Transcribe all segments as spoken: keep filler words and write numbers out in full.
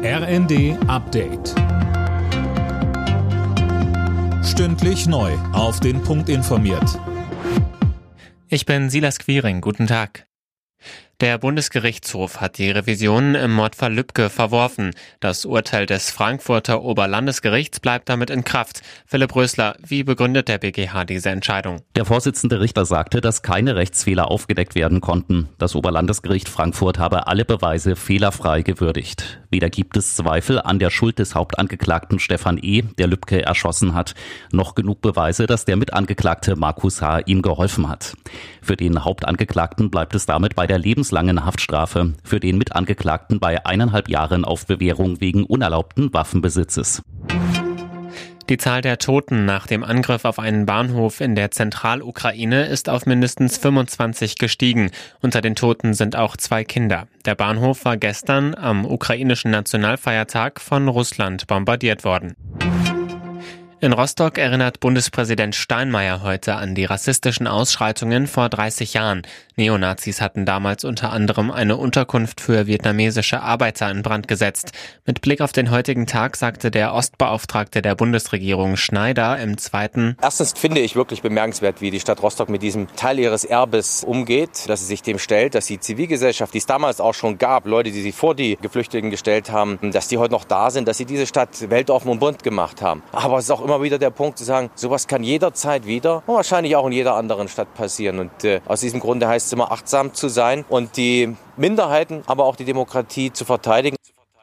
R N D Update. Stündlich neu auf den Punkt informiert. Ich bin Silas Quiring. Guten Tag. Der Bundesgerichtshof hat die Revisionen im Mordfall Lübcke verworfen. Das Urteil des Frankfurter Oberlandesgerichts bleibt damit in Kraft. Philipp Rösler, wie begründet der B G H diese Entscheidung? Der Vorsitzende Richter sagte, dass keine Rechtsfehler aufgedeckt werden konnten. Das Oberlandesgericht Frankfurt habe alle Beweise fehlerfrei gewürdigt. Weder gibt es Zweifel an der Schuld des Hauptangeklagten Stefan E., der Lübcke erschossen hat, noch genug Beweise, dass der Mitangeklagte Markus H. ihm geholfen hat. Für den Hauptangeklagten bleibt es damit bei der lebenslangen Haftstrafe, für den Mitangeklagten bei eineinhalb Jahren auf Bewährung wegen unerlaubten Waffenbesitzes. Die Zahl der Toten nach dem Angriff auf einen Bahnhof in der Zentralukraine ist auf mindestens fünfundzwanzig gestiegen. Unter den Toten sind auch zwei Kinder. Der Bahnhof war gestern am ukrainischen Nationalfeiertag von Russland bombardiert worden. In Rostock erinnert Bundespräsident Steinmeier heute an die rassistischen Ausschreitungen vor dreißig Jahren. Neonazis hatten damals unter anderem eine Unterkunft für vietnamesische Arbeiter in Brand gesetzt. Mit Blick auf den heutigen Tag sagte der Ostbeauftragte der Bundesregierung Schneider im zweiten: Erstens finde ich wirklich bemerkenswert, wie die Stadt Rostock mit diesem Teil ihres Erbes umgeht, dass sie sich dem stellt, dass die Zivilgesellschaft, die es damals auch schon gab, Leute, die sich vor die Geflüchteten gestellt haben, dass die heute noch da sind, dass sie diese Stadt weltoffen und bunt gemacht haben. Aber es ist auch immer wieder der Punkt zu sagen, sowas kann jederzeit wieder und wahrscheinlich auch in jeder anderen Stadt passieren. Und äh, aus diesem Grunde heißt es immer, achtsam zu sein und die Minderheiten, aber auch die Demokratie zu verteidigen.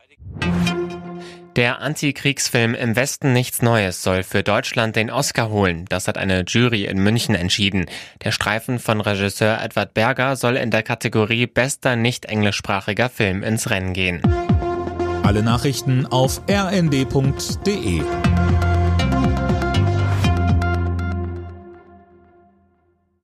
Der Antikriegsfilm Im Westen nichts Neues soll für Deutschland den Oscar holen. Das hat eine Jury in München entschieden. Der Streifen von Regisseur Edward Berger soll in der Kategorie bester nicht englischsprachiger Film ins Rennen gehen. Alle Nachrichten auf r n d punkt d e.